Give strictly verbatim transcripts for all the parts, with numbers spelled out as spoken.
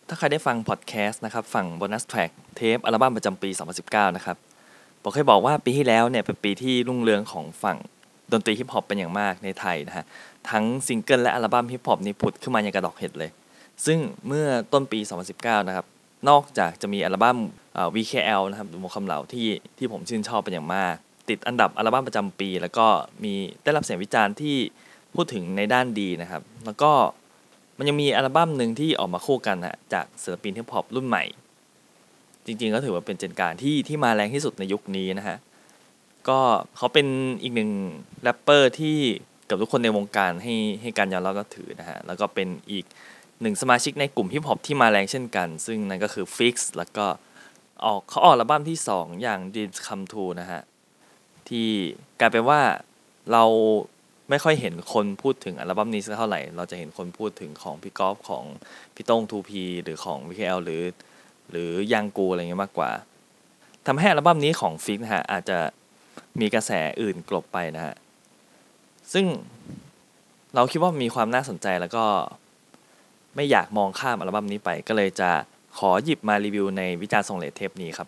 ถ้าใครได้ฟังพอดแคสต์นะครับฝั่ง Bonus Track เทปอัลบั้มประจำปีสองพันสิบเก้านะครับผมเคยบอกว่าปีที่แล้วเนี่ยเป็นปีที่รุ่งเรืองของฝั่งดนตรีฮิปฮอปเป็นอย่างมากในไทยนะฮะทั้งซิงเกิลและอัลบั้มฮิปฮอปนี่ผุดขึ้นมาอย่างกระดอกเห็ดเลยซึ่งเมื่อต้นปีสองพันสิบเก้านะครับนอกจากจะมีอัลบั้ม วี เค แอล นะครับวงคำเหล่าที่ที่ผมชื่นชอบเป็นอย่างมากติดอันดับอัลบั้มประจำปีแล้วก็มีได้รับเสียงวิจารณ์ที่พูดถึงในด้านดีนะครับแล้วก็มันยังมีอัลบั้มหนึ่งที่ออกมาคู่กันฮะจากศิลปินฮิปฮอปรุ่นใหม่จริงๆก็ถือว่าเป็นเจนการที่ที่มาแรงที่สุดในยุคนี้นะฮะก็เขาเป็นอีกหนึ่งแรปเปอร์ที่กับทุกคนในวงการให้ให้การยอมรับนับถือนะฮะแล้วก็เป็นอีกหนึ่งสมาชิกในกลุ่มฮิปฮอปที่มาแรงเช่นกันซึ่งนั่นก็คือ Fix แล้วก็ออกเขาออกอัลบั้มที่สองอย่าง Dreams Come True นะฮะที่กลายเป็นว่าเราไม่ค่อยเห็นคนพูดถึงอัลบั้มนี้สักเท่าไหร่เราจะเห็นคนพูดถึงของพี่ก๊อฟของพี่โต้ง ทู พี หรือของ วี เค แอล หรือหรือยังกูอะไรเงี้ยมากกว่าทำให้อัลบั้มนี้ของ Fix นะฮะอาจจะมีกระแสอื่นกลบไปนะฮะซึ่งเราคิดว่ามีความน่าสนใจแล้วก็ไม่อยากมองข้ามอัลบั้มนี้ไปก็เลยจะขอหยิบมารีวิวในวิจารณ์ทรงเรทเทปนี้ครับ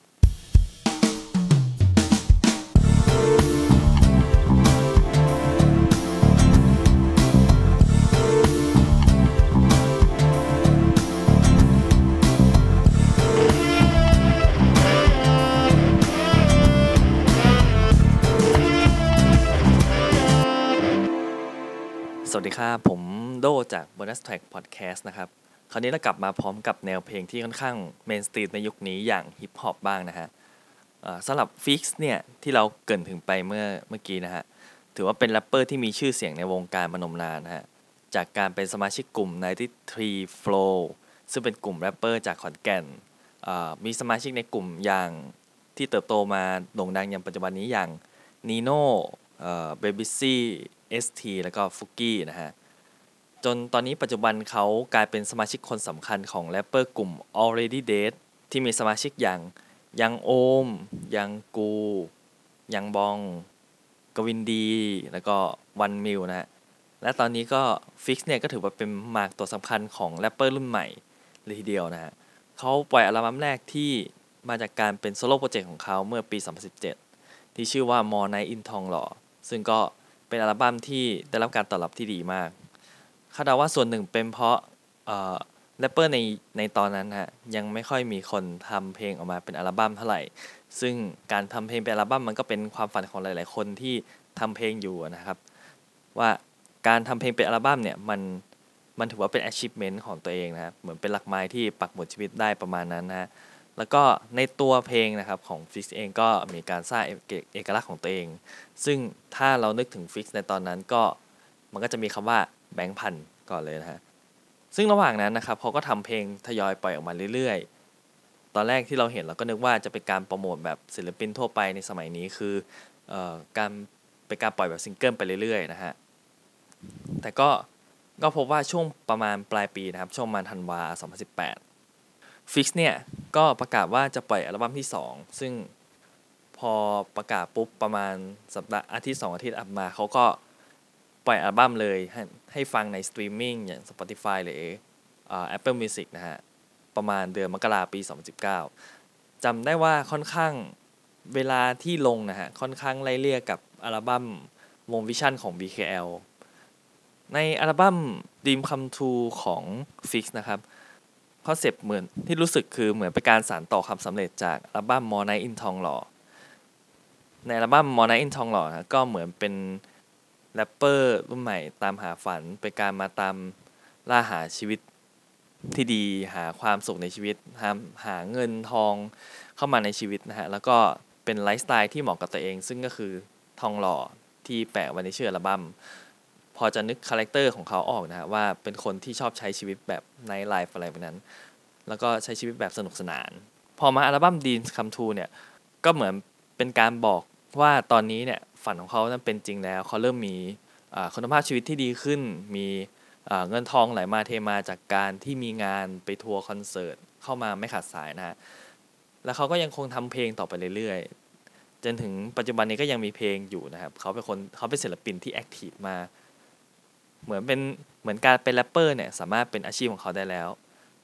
สวัสดีครับผมโดจาก Bonus Track Podcast นะครับคราวนี้เรากลับมาพร้อมกับแนวเพลงที่ค่อนข้างเมนสตรีมในยุคนี้อย่างฮิปฮอปบ้างนะฮะสำหรับ Fix เนี่ยที่เราเกริ่นถึงไปเมื่อเมื่อกี้นะฮะถือว่าเป็นแรปเปอร์ที่มีชื่อเสียงในวงการมานมนานนะฮะจากการเป็นสมาชิกกลุ่มไนน์ตี้ทรี Flow ซึ่งเป็นกลุ่มแรปเปอร์จากขอนแก่นมีสมาชิกในกลุ่มอย่างที่เติบโตมาโด่งดังอย่างปัจจุบันนี้อย่างนีโน่เอ่อเบบี้ซี่ เอส ที แล้วก็ฟุกกี้นะฮะจนตอนนี้ปัจจุบันเขากลายเป็นสมาชิกคนสำคัญของแรปเปอร์กลุ่ม Already Dead ที่มีสมาชิกอย่างยังโอมยังกูยังบองกวินดีแล้วก็วันมิวนะฮะและตอนนี้ก็ Fix เนี่ยก็ถือว่าเป็นหมากตัวสำคัญของแรปเปอร์รุ่นใหม่เลยทีเดียวนะฮะเขาปล่อยอัลบั้มแรกที่มาจากการเป็นโซโล่โปรเจกต์ของเขาเมื่อปีสองพันสิบเจ็ดที่ชื่อว่า More Night in ทองหล่อซึ่งก็เป็นอัลบั้มที่ได้รับการตอบรับที่ดีมากคาดว่าส่วนหนึ่งเป็นเพราะเอ่อแรปเปอร์ในในตอนนั้นฮะยังไม่ค่อยมีคนทำเพลงออกมาเป็นอัลบั้มเท่าไหร่ซึ่งการทำเพลงเป็นอัลบั้มมันก็เป็นความฝันของหลายๆคนที่ทำเพลงอยู่นะครับว่าการทำเพลงเป็นอัลบั้มเนี่ยมันมันถือว่าเป็น achievement ของตัวเองนะครับเหมือนเป็นหลักไม้ที่ปักหมุดชีวิตได้ประมาณนั้นนะฮะแล้วก็ในตัวเพลงนะครับของ Fix เองก็มีการสร้างเอกลักษณ์ของตัวเองซึ่งถ้าเรานึกถึง Fix ในตอนนั้นก็มันก็จะมีคำว่าแบงค์พันก่อนเลยนะฮะซึ่งระหว่างนั้นนะครับเขาก็ทำเพลงทยอยปล่อยออกมาเรื่อยๆตอนแรกที่เราเห็นเราก็นึกว่าจะเป็นการโปรโมทแบบศิลปินทั่วไปในสมัยนี้คือเอ่อการเป็นการปล่อยแบบซิงเกิลไปเรื่อยๆนะฮะแต่ก็ก็พบว่าช่วงประมาณปลายปีนะครับช่วงประมาณธันวาสองพันสิบแปด Fix เนี่ยก็ประกาศว่าจะปล่อยอัลบั้มที่สองซึ่งพอประกาศปุ๊บประมาณสัปดาห์อาทิตย์สองอาทิตย์อัปมาเขาก็ปล่อยอัลบั้มเลยให้ให้ฟังในสตรีมมิ่งอย่าง Spotify หรืออ่า Apple Music นะฮะประมาณเดือนมกราคมปีสองพันสิบเก้าจำได้ว่าค่อนข้างเวลาที่ลงนะฮะค่อนข้างไล่เลี่ยกับอัลบั้มวงวิชั่นของ วี เค แอล ในอัลบั้ม Dream Come True ของ Fix นะครับคอนเซปต์เหมือนที่รู้สึกคือเหมือนเป็นการสานต่อความสำเร็จจากอัลบั้ม More Night in ทองหล่อในอัลบั้ม More Night in ทองหล่อนะก็เหมือนเป็นแรปเปอร์รุ่นใหม่ตามหาฝันเป็นการมาตามล่าหาชีวิตที่ดีหาความสุขในชีวิตหาหาเงินทองเข้ามาในชีวิตนะฮะแล้วก็เป็นไลฟ์สไตล์ที่เหมาะกับตัวเองซึ่งก็คือทองหล่อที่แปะไว้ในชื่ออัลบั้มพอจะนึกคาแรคเตอร์ของเขาออกนะฮะว่าเป็นคนที่ชอบใช้ชีวิตแบบไนท์ไลฟ์อะไรแบบนั้นแล้วก็ใช้ชีวิตแบบสนุกสนานพอมาอัลบั้ม Dreams Come True เนี่ยก็เหมือนเป็นการบอกว่าตอนนี้เนี่ยฝันของเขานั้นเป็นจริงแล้วเขาเริ่มมีคุณภาพชีวิตที่ดีขึ้นมีเงินทองไหลมาเทมาจากการที่มีงานไปทัวร์คอนเสิร์ตเข้ามาไม่ขาดสายนะฮะแล้วเขาก็ยังคงทำเพลงต่อไปเรื่อยๆจนถึงปัจจุบันนี้ก็ยังมีเพลงอยู่นะครับเขาเป็นคนเขาเป็นศิลปินที่แอคทีฟมาเหมือนเป็นเหมือนการเป็นแรปเปอร์เนี่ยสามารถเป็นอาชีพของเขาได้แล้ว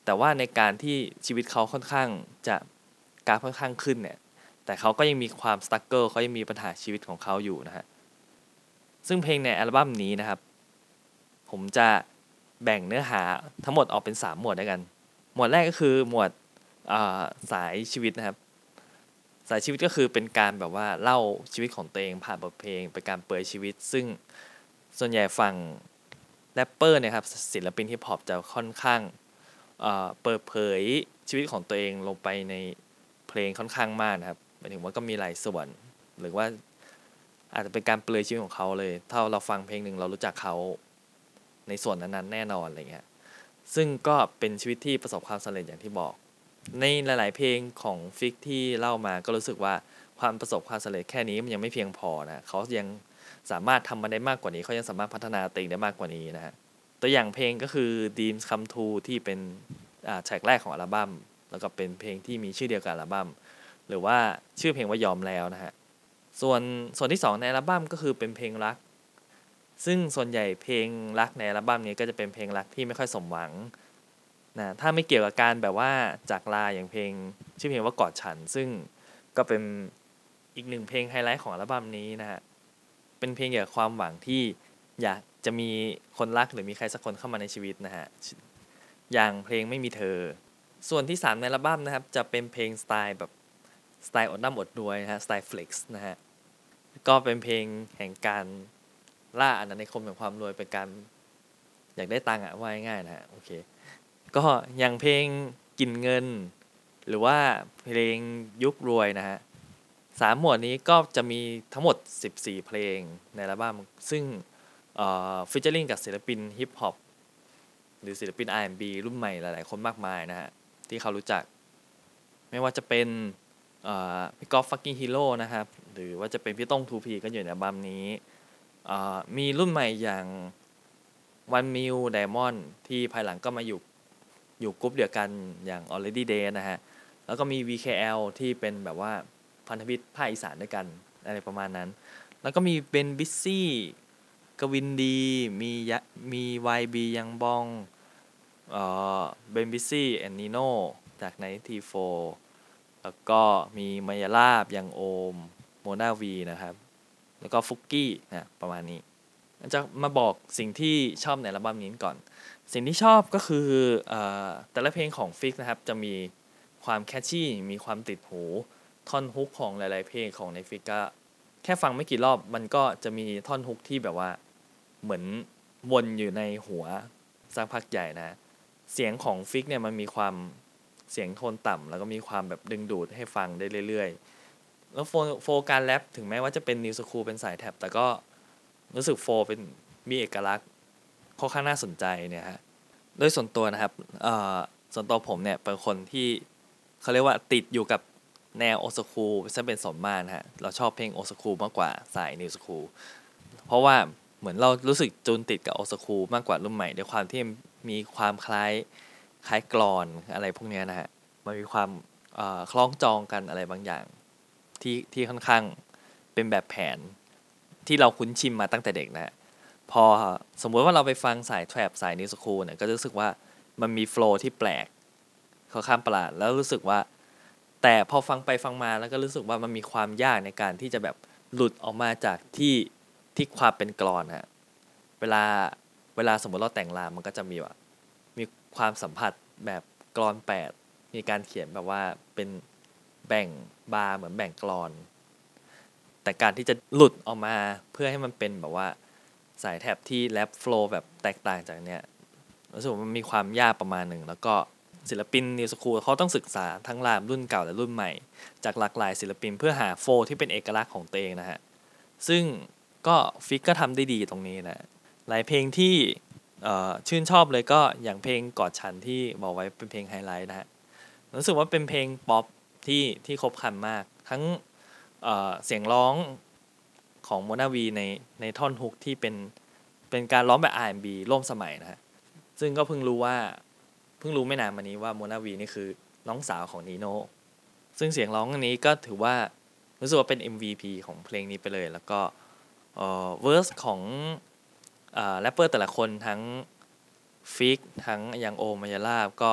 แต่ว่าในการที่ชีวิตเขาค่อนข้างจะกราฟค่อนข้างขึ้นเนี่ยแต่เขาก็ยังมีความสตรักเกิลเขายังมีปัญหาชีวิตของเขาอยู่นะฮะซึ่งเพลงในอัลบั้มนี้นะครับผมจะแบ่งเนื้อหาทั้งหมดออกเป็นสามหมวดด้วยกันหมวดแรกก็คือหมวดสายชีวิตนะครับสายชีวิตก็คือเป็นการแบบว่าเล่าชีวิตของตัวเองผ่านบทเพลงเป็นการเปรยชีวิตซึ่งส่วนใหญ่ฝั่งแรปเปอร์เนี่ยครับศิลปินฮิปฮอปจะค่อนข้างเปิดเผยชีวิตของตัวเองลงไปในเพลงค่อนข้างมากนะครับหมายถึงว่าก็มีหลายส่วนหรือว่าอาจจะเป็นการเปรยชีวิตของเขาเลยถ้าเราฟังเพลงหนึ่งเรารู้จักเขาในส่วนนั้นๆแน่นอนอะไรเงี้ยซึ่งก็เป็นชีวิตที่ประสบความสำเร็จอย่างที่บอกในหลายๆเพลงของฟิกที่เล่ามาก็รู้สึกว่าความประสบความสำเร็จแค่นี้มันยังไม่เพียงพอนะเขายังสามารถทำมันได้มากกว่านี้เขายังสามารถพัฒนาตัวเองได้มากกว่านี้นะฮะตัวอย่างเพลงก็คือ Dreams Come True ที่เป็นอ่าแทร็กแรกของอัลบั้มแล้วก็เป็นเพลงที่มีชื่อเดียวกับอัลบั้มหรือว่าชื่อเพลงว่ายอมแล้วนะฮะส่วนส่วนที่สองในอัลบั้มก็คือเป็นเพลงรักซึ่งส่วนใหญ่เพลงรักในอัลบั้มนี้ก็จะเป็นเพลงรักที่ไม่ค่อยสมหวังนะถ้าไม่เกี่ยวกับการแบบว่าจากลาอย่างเพลงชื่อเพลงว่ากอดฉันซึ่งก็เป็นอีกหนึ่งเพลงไฮไลท์ของอัลบั้มนี้นะฮะเป็นเพลงเกี่ยวกับความหวังที่อยากจะมีคนรักหรือมีใครสักคนเข้ามาในชีวิตนะฮะอย่างเพลงไม่มีเธอส่วนที่สามในอัลบั้มนะครับจะเป็นเพลงสไตล์แบบสไตล์อดน้ำอดรวยนะฮะสไตล์ Flex นะฮะก็เป็นเพลงแห่งการล่าอาณานิคมแห่งความรวยเป็นการอยากได้ตังค์อะว่าง่ายๆนะฮะโอเคก็อย่างเพลงกินเงินหรือว่าเพลงยุครวยนะฮะสามหมวดนี้ก็จะมีทั้งหมดสิบสี่เพลงในอัลบั้มซึ่งเอ่อฟีเจอริ่งกับศิลปินฮิปฮอปหรือศิลปิน อาร์ แอนด์ บี รุ่นใหม่หลายๆคนมากมายนะฮะที่เขารู้จักไม่ว่าจะเป็นพี่ก๊อฟฟักกิ้งฮีโร่นะครับหรือว่าจะเป็นพี่ต้ง ทู พี ก็อยู่ในอัลบั้มนี้มีรุ่นใหม่อย่างวันมิวไดมอนด์ที่ภายหลังก็มาอยู่อยู่กรุ๊ปเดียวกันอย่าง Already Dead นะฮะแล้วก็มี วี เค แอล ที่เป็นแบบว่าพันธมิตรภาคอีสานด้วยกันอะไรประมาณนั้นแล้วก็มีเบนบิซซี่กวินดีมียะมี วาย บี ยังบองเอ่อเบนบิซซี่แอนนิโนจากไนน์ทีโฟร์แล้วก็มีมายาลาบยังโอมโมนาวีนะครับแล้วก็ฟุกกี้นะประมาณนี้จะมาบอกสิ่งที่ชอบในอัลบั้มนี้ก่อนสิ่งที่ชอบก็คือเอ่อแต่ละเพลงของฟิกนะครับจะมีความแคชชี่มีความติดหูท่อนฮุกของหลายๆเพลงของในฟิกก็แค่ฟังไม่กี่รอบมันก็จะมีท่อนฮุกที่แบบว่าเหมือนวนอยู่ในหัวสักพักใหญ่นะเสียงของฟิกเนี่ยมันมีความเสียงโทนต่ำแล้วก็มีความแบบดึงดูดให้ฟังได้เรื่อยๆแล้วโฟโฟการแรปถึงแม้ว่าจะเป็นนิวสคูลเป็นสายแท็บแต่ก็รู้สึกโฟเป็นมีเอกลักษณ์ค่อนข้างน่าสนใจเนี่ยฮะโดยส่วนตัวนะครับเอ่อส่วนตัวผมเนี่ยเป็นคนที่เขาเรียกว่าติดอยู่กับแนวโอสคูลซึ่งเป็นสมมาตรฮะเราชอบเพลงโอสคูลมากกว่าสายนิวสคูลเพราะว่าเหมือนเรารู้สึกจูนติดกับโอสคูลมากกว่ารุ่นใหม่ด้วยความที่มีความคล้ายคล้ายกลอนอะไรพวกนี้นะฮะมันมีความคล้องจองกันอะไรบางอย่างที่ที่ค่อนข้างเป็นแบบแผนที่เราคุ้นชินมาตั้งแต่เด็กนะฮะพอสมมุติว่าเราไปฟังสายแทร็ปสายนิวสคูลเนี่ยก็จะรู้สึกว่ามันมีโฟลว์ที่แปลกค่อนข้างประหลาดแล้วรู้สึกว่าแต่พอฟังไปฟังมาแล้วก็รู้สึกว่ามันมีความยากในการที่จะแบบหลุดออกมาจากที่ที่ความเป็นกลอนฮะเวลาเวลาสมมติเราแต่งรามมันก็จะมีว่ามีความสัมผัสแบบกลอนแปดมีการเขียนแบบว่าเป็นแบ่งบาร์เหมือนแบ่งกลอนแต่การที่จะหลุดออกมาเพื่อให้มันเป็นแบบว่าสายแท็บที่แรปโฟลว์แบบแตกต่างจากเนี้ยรู้สึกว่ามันมีความยากประมาณหนึ่งแล้วก็ศิลปินนิวสคูลเขาต้องศึกษาทั้งรามรุ่นเก่าและรุ่นใหม่จากหลากหลายศิลปินเพื่อหาโฟลว์ที่เป็นเอกลักษณ์ของตัวเองนะฮะซึ่งก็ฟิกก็ทำได้ดีตรงนี้นะหลายเพลงที่ชื่นชอบเลยก็อย่างเพลงกอดฉันที่บอกไว้เป็นเพลงไฮไลท์นะฮะรู้สึกว่าเป็นเพลงป๊อปที่ที่ครบครันมากทั้งเอ่อเสียงร้องของโมนาวีในในท่อนฮุกที่เป็นเป็นการร้องแบบ อาร์ แอนด์ บี ร่วมสมัยนะฮะซึ่งก็เพิ่งรู้ว่าเพิ่งรู้ไม่นานมานี้ว่าโมนาวีนี่คือน้องสาวของนีโน่ซึ่งเสียงร้องอันนี้ก็ถือว่ารู้สึกว่าเป็น เอ็ม วี พี ของเพลงนี้ไปเลยแล้วก็เอ่อเวอร์สของแรปเปอร์แต่ละคนทั้งฟิกทั้งยังโอมายาลาบก็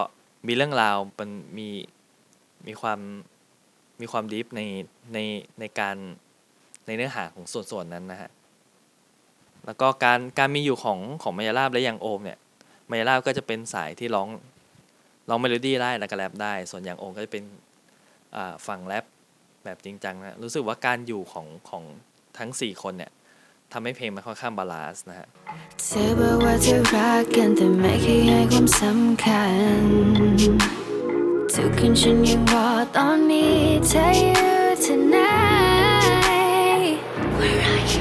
มีเรื่องราวมันมีมีความมีความดีฟในในในการในเนื้อหาของส่วนๆนั้นนะฮะแล้วก็การการมีอยู่ของของมายาลาบและยังโอมเนี่ยมายาลาบก็จะเป็นสายที่ร้องร้องเมโลดี้ได้แล้วก็แรปได้ส่วนยังโอมก็จะเป็นอ่าฝั่งแรปแบบจริงจังนะรู้สึกว่าการอยู่ของของทั้งสี่คนเนี่ยทำให้เพลงมันค่อนข้างบาลานซ์นะฮะเธอบอกว่าเธอรักกันแต่ไม่เคยให้ความสำคัญทุกคืนฉันยังรอตอนนี้เธออยู่ที่ไหน Where are you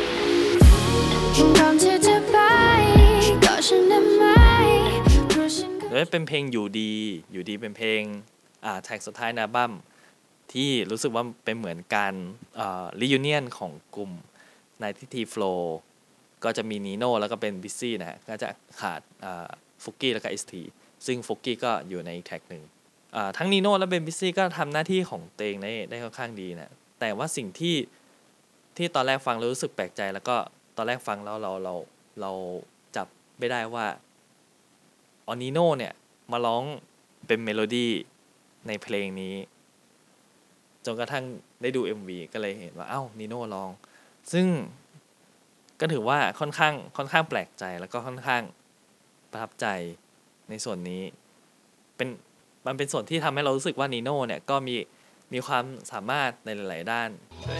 ก่อนที่จะไปก็ฉันได้ไหมแล้วเป็นเพลงอยู่ดีอยู่ดีเป็นเพลงอ่าแท็กสุดท้ายในอัลบั้มที่รู้สึกว่าเป็นเหมือนการอ่ารียูเนียนของกลุ่มในทีทีโฟล์ก็จะมีนีโน่แล้วก็เป็นบิซซี่นะฮะก็จะขาดฟุกกี้แล้วก็เอสทีซึ่งฟุกกี้ก็อยู่ในแท็กหนึ่งทั้งนีโน่และเบนบิซซี่ก็ทำหน้าที่ของตัวเองได้ได้ค่อนข้างดีนะแต่ว่าสิ่งที่ที่ตอนแรกฟังแล้วรู้สึกแปลกใจแล้วก็ตอนแรกฟังแล้วเราเราเราจับไม่ได้ว่าออนีโน่เนี่ยมาร้องเป็นเมโลดี้ในเพลงนี้จนกระทั่งได้ดู เอ็ม วี ก็เลยเห็นว่าเอ้านีโน่ร้องซึ่งก็ถือว่าค่อนข้างค่อนข้างแปลกใจแล้วก็ค่อนข้างประทับใจในส่วนนี้เป็นมันเป็นส่วนที่ทำให้เรารู้สึกว่านีโน่เนี่ยก็มีมีความสามารถในหลายๆด้าน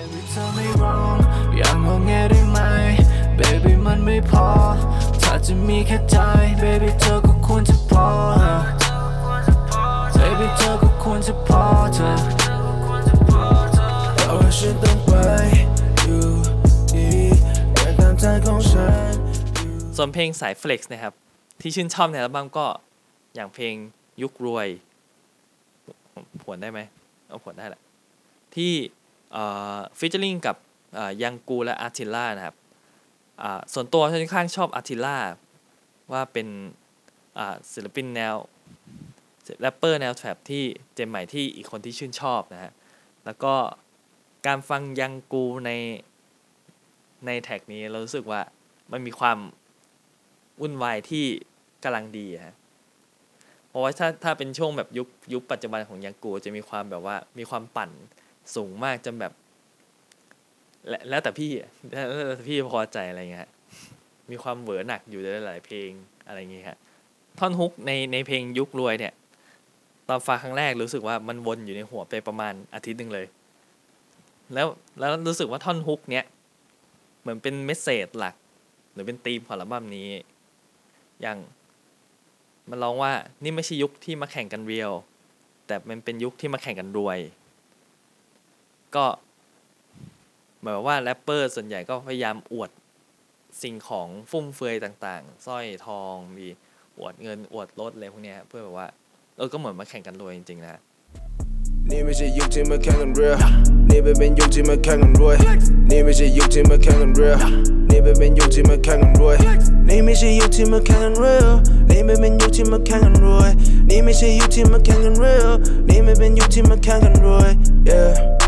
อย่างงงแงได้ไหม Baby มันไม่พอถ้าจะมีแค่ใจ Baby เธอก็ควรจะพอ Baby เธอก็ควรจะพอเธอเพราะว่าฉันต้องไปอยู่ดีแต่ตามใจของฉันส่วนเพลงสาย Flex นะครับที่ชื่นชอบในอัลบั้มก็อย่างเพลงยุครวยผวนได้ไหมเอาผวนได้แหละที่ฟีเจอริ่งกับยังกูและอาร์ติล่านะครับส่วนตัวฉันค่อนข้างชอบอาร์ติล่าว่าเป็นศิลปินแนวแรปเปอร์แนวแทร็ปที่เจมใหม่ที่อีกคนที่ชื่นชอบนะฮะแล้วก็การฟังยังกูในในแท็กนี้เรารู้สึกว่ามันมีความวุ่นวายที่กำลังดีฮะเพราะว่าถ้าถ้าเป็นช่วงแบบยุคยุคปัจจุบันของยังกูจะมีความแบบว่ามีความปั่นสูงมากจนแบบและแล้วแต่พี่แล้วแต่พี่พอใจอะไรเงี้ยมีความเหวอหนักอยู่ในหลายเพลงอะไรเงี้ยฮะท่อนฮุกในในเพลงยุครวยเนี่ยตอนฟังครั้งแรกรู้สึกว่ามันวนอยู่ในหัวไปประมาณอาทิตย์นึงเลยแล้วแล้วรู้สึกว่าท่อนฮุกเนี้ยเหมือนเป็นเมสเสจหลักหรือเป็นธีมของอัลบั้มนี้อย่างมันร้องว่านี่ไม่ใช่ยุคที่มาแข่งกันเรียลแต่มันเป็นยุคที่มาแข่งกันรวยก็หมายว่าแรปเปอร์ส่วนใหญ่ก็พยายามอวดสิ่งของฟุ่มเฟือยต่างๆสร้อยทองมีอวดเงินอวดรถอะไรพวกนี้เพื่อแบบว่าเออก็เหมือนมาแข่งกันรวยจริงๆนะนี่ไม่ใช่ยุคที่มาแข่งกันเรียลนี่เป็นยุคที่มาแข่งกันรวยนี่ไม่ใช่ยุคที่มาแข่งกันเรียลนี่เป็นยุคที่มาแข่งกันรวยนี่ไม่ใช่ยุคที่มาแข่งกันเรียลนี่เป็นยุคที่มาแข่งกันรวยนี่ไม่ใช่ยุคที่มาแข่งกันเรียลนี่เป็นยุคที่มาแข่งกันรวย yeah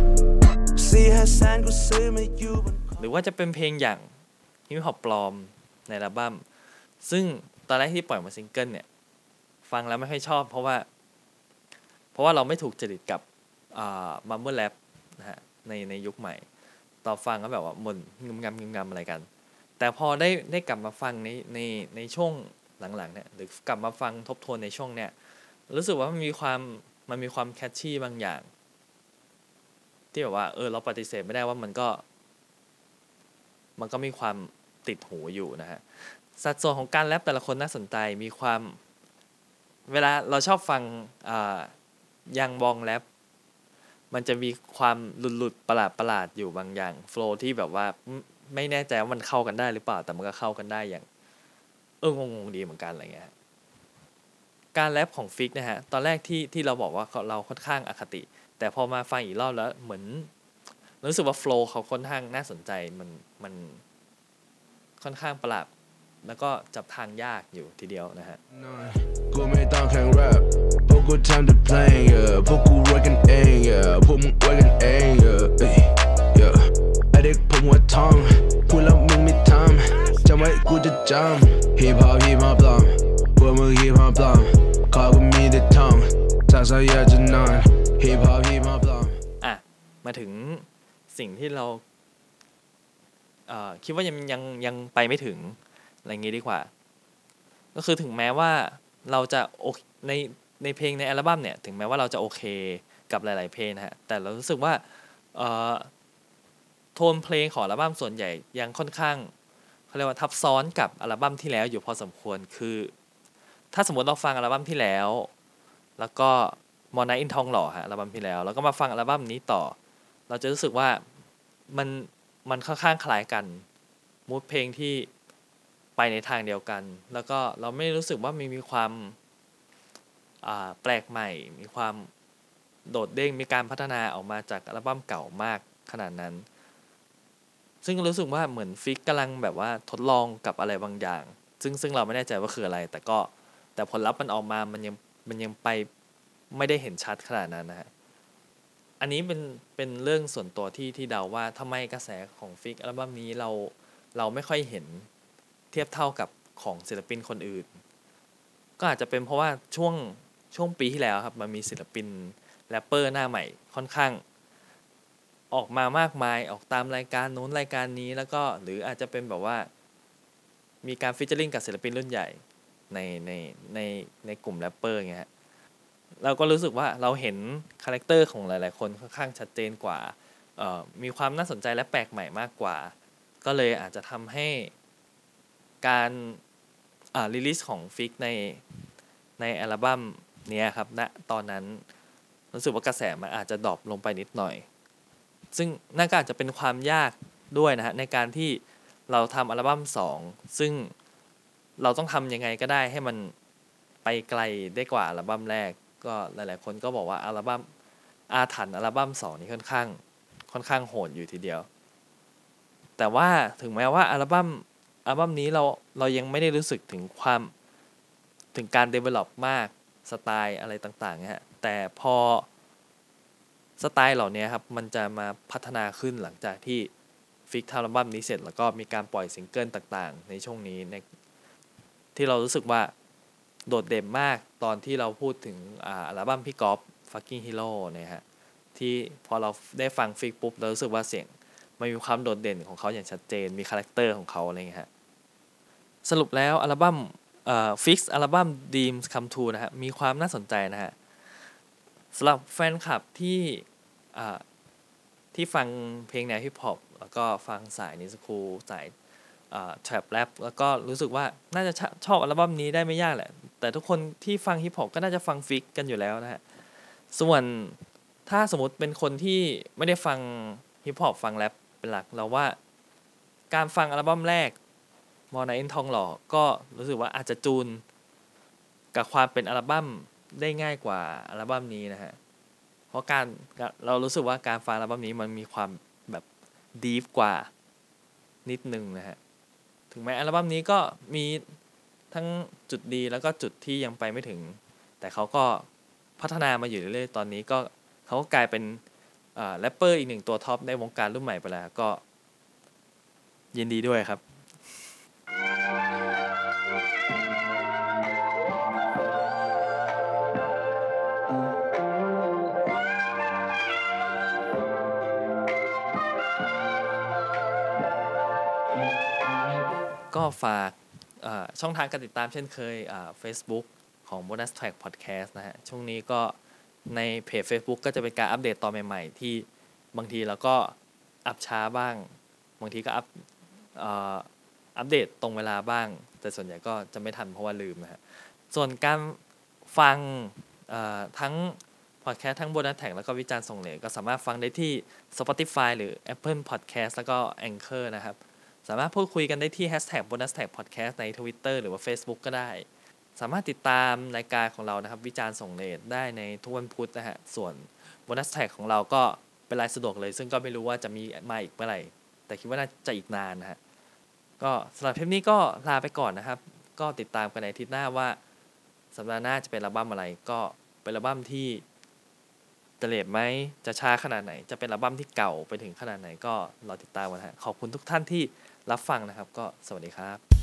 หรือว่าจะเป็นเพลงอย่างฮิปฮอปปลอมในอัลบั้มซึ่งตอนแรกที่ปล่อยมาซิงเกิลเนี่ยฟังแล้วไม่ค่อยชอบเพราะว่าเพราะว่าเราไม่ถูกจริตกับอ่ามัมเบิลแรปนะฮะในในยุคใหม่ต่อฟังก็แบบว่าหม่นงึมงำงึมงำอะไรกันแต่พอได้ได้กลับมาฟังในในในช่วงหลังๆเนี่ยหรือกลับมาฟังทบทวนในช่วงเนี้ยรู้สึกว่ามันมีความมันมีความแคชชี่บางอย่างที่แบบว่าเออเราปฏิเสธไม่ได้ว่ามันก็มันก็มีความติดหูอยู่นะฮะสัดส่วนของการแรปแต่ละคนน่าสนใจมีความเวลาเราชอบฟังอ่ายังบองแรปมันจะมีความหลุดๆประหลาดๆอยู่บางอย่างโฟลว์ที่แบบว่าไม่แน่ใจว่ามันเข้ากันได้หรือเปล่าแต่มันก็เข้ากันได้อย่างเอองงๆดีเหมือนกันอะไรเงี้ยการแรปของฟิกนะฮะตอนแรกที่ที่เราบอกว่าเราค่อนข้างอคติแต่พอมาฟังอีกรอบแล้วเหมือนรู้สึกว่าโฟลว์เขาค่อนข้างน่าสนใจมันมันค่อนข้างประหลาดแล้วก็จับทางยากอยู่ทีเดียวนะฮะกูไม่ต้องแข่งแรปพวกกูทำแต่เพลงพวกกูรักกันเองพวกมึงไว้กันเองไอเด็กผมหัวทองพูดแล้วมึงไม่ทำจำไว้กูจะจำฮิปฮอปฮิปฮอปปลอมพวกมึงฮิปฮอปปลอมขอกูมีแต่ทอง That's how you just know Hip hop hip hop อ่ะมาถึงสิ่งที่เราเอ่อคิดว่ายังยังยังไปไม่ถึงอะไรงี้ดีกว่าก็คือถึงแม้ว่าเราจะโอในในเพลงในอัลบั้มเนี่ยถึงแม้ว่าเราจะโอเคกับหลายๆเพลงนะฮะแต่เรารู้สึกว่าเอ่อโทนเพลงของอัลบั้มส่วนใหญ่ยังค่อนข้างเขาเรียกว่าทับซ้อนกับอัลบั้มที่แล้วอยู่พอสมควรคือถ้าสมมติเราฟังอัลบั้มที่แล้วแล้วก็มอนาอินทองหล่อฮะอัลบั้มที่แล้วแล้วก็มาฟังอัลบั้มนี้ต่อเราจะรู้สึกว่ามันมันค่อนข้างคล้ายกันมูดเพลงที่ไปในทางเดียวกันแล้วก็เราไม่รู้สึกว่ามีมีความอ่าแปลกใหม่มีความโดดเด้งมีการพัฒนาออกมาจากอัลบั้มเก่ามากขนาดนั้นซึ่งรู้สึกว่าเหมือนฟิกกำลังแบบว่าทดลองกับอะไรบางอย่างซึ่งซึ่งเราไม่แน่ใจว่าคืออะไรแต่ก็แต่ผลลัพธ์มันออกมามันยังมันยังไปไม่ได้เห็นชัดขนาดนั้นนะฮะอันนี้เป็นเป็นเรื่องส่วนตัวที่ที่เดาว่าทำไมกระแสของฟิกอัลบั้มนี้เราเราไม่ค่อยเห็นเทียบเท่ากับของศิลปินคนอื่นก็อาจจะเป็นเพราะว่าช่วงช่วงปีที่แล้วครับมันมีศิลปินแรปเปอร์หน้าใหม่ค่อนข้างออกมามากมายออกตามรายการนู้นรายการนี้แล้วก็หรืออาจจะเป็นแบบว่ามีการฟีเจอริ่งกับศิลปินรุ่นใหญ่ในในในในกลุ่มแรปเปอร์เงี้ยฮะเราก็รู้สึกว่าเราเห็นคาแรคเตอร์ของหลายๆคนค่อนข้างชัดเจนกว่าเอ่อมีความน่าสนใจและแปลกใหม่มากกว่าก็เลยอาจจะทำให้การอ่ารีลิสของฟิกในในอัลบั้มเนี้ยครับณตอนนั้นรู้สึกว่ากระแสมันอาจจะดรอปลงไปนิดหน่อยซึ่งน่าก็อาจจะเป็นความยากด้วยนะฮะในการที่เราทำอัลบั้มสองซึ่งเราต้องทำยังไงก็ได้ให้มันไปไกลได้กว่าอัลบั้มแรกก็หลายๆคนก็บอกว่าอัลบั้มอาถรรพ์อัลบั้มสองนี่ค่อนข้างค่อนข้างโหดอยู่ทีเดียวแต่ว่าถึงแม้ว่าอัลบั้มอัลบั้มนี้เราเรายังไม่ได้รู้สึกถึงความถึงการ develop มากสไตล์อะไรต่างๆเนี่ยฮะแต่พอสไตล์เหล่านี้ครับมันจะมาพัฒนาขึ้นหลังจากที่ฟิกทำอัลบั้มนี้เสร็จแล้วก็มีการปล่อยซิงเกิลต่างๆในช่วงนี้ในที่เรารู้สึกว่าโดดเด่นมากตอนที่เราพูดถึงอ่าอัลบั้มพี่ก๊อฟ Fucking Hero เนี่ยฮะที่พอเราได้ฟังฟิกปุ๊บเรารู้สึกว่าเสียงมันมีความโดดเด่นของเขาอย่างชัดเจนมีคาแรคเตอร์ของเขาอะไรเงี้ยฮะสรุปแล้วอัลบั้มเอ่อฟิกอัลบั้ม Dreams Come True นะฮะมีความน่าสนใจนะฮะสำหรับแฟนคลับที่อ่าที่ฟังเพลงแนวฮิปฮอปแล้วก็ฟังสายนิสคูลสายอ่าแทร็ปแรปแล้วก็รู้สึกว่าน่าจะชอบอัลบั้มนี้ได้ไม่ยากแหละแต่ทุกคนที่ฟังฮิปฮอปก็น่าจะฟังฟิกกันอยู่แล้วนะฮะส่วนถ้าสมมติเป็นคนที่ไม่ได้ฟังฮิปฮอปฟังแรปเป็นหลักเราว่าการฟังอัลบั้มแรกมอนาอินทองหล่อก็รู้สึกว่าอาจจะจูนกับความเป็นอัลบั้มได้ง่ายกว่าอัลบั้มนี้นะฮะเพราะการเรารู้สึกว่าการฟังอัลบั้มนี้มันมีความแบบดีฟกว่านิดนึงนะฮะถึงแม้อัลบั้มนี้ก็มีทั้งจุดดีแล้วก็จุดที่ยังไปไม่ถึงแต่เขาก็พัฒนามาอยู่เรื่อยๆตอนนี้ก็เขาก็กลายเป็นแรปเปอร์อีกหนึ่งตัวท็อปในวงการรุ่นใหม่ไปแล้วก็ยินดีด้วยครับก็ฝากช่องทางการติดตามเช่นเคย Facebook ของ Bonus Track Podcast นะฮะช่วงนี้ก็ในเพจ Facebook ก็จะเป็นการอัปเดตตอนใหม่ๆที่บางทีเราก็อัพช้าบ้างบางทีก็อัพอัปเดตตรงเวลาบ้างแต่ส่วนใหญ่ก็จะไม่ทันเพราะว่าลืมนะฮะส่วนการฟังทั้ง podcast ทั้ง Bonus Track แล้วก็วิจารณ์ส่งเหลวก็สามารถฟังได้ที่ Spotify หรือ Apple Podcast แล้วก็ Anchor นะครับสามารถพูดคุยกันได้ที่ hashtag bonus tag podcast ใน Twitter หรือว่า Facebook ก็ได้สามารถติดตามรายการของเรานะครับวิจารณ์ส่งเรทได้ในทุกวันพุธนะฮะส่วน bonus tag ของเราก็เป็นรายสะดวกเลยซึ่งก็ไม่รู้ว่าจะมีมาอีกเมื่อไหร่แต่คิดว่าน่าจะอีกนานนะฮะก็สำหรับเทปนี้ก็ลาไปก่อนนะครับก็ติดตามกันในอาทิตย์หน้าว่าสัปดาห์หน้าจะเป็นอัลบั้มอะไรก็เป็นอัลบั้มที่จะเลทไหมจะช้าขนาดไหนจะเป็นอัลบั้มที่เก่าไปถึงขนาดไหนก็รอติดตามกันฮะขอบคุณทุกท่านที่รับฟังนะครับก็สวัสดีครับ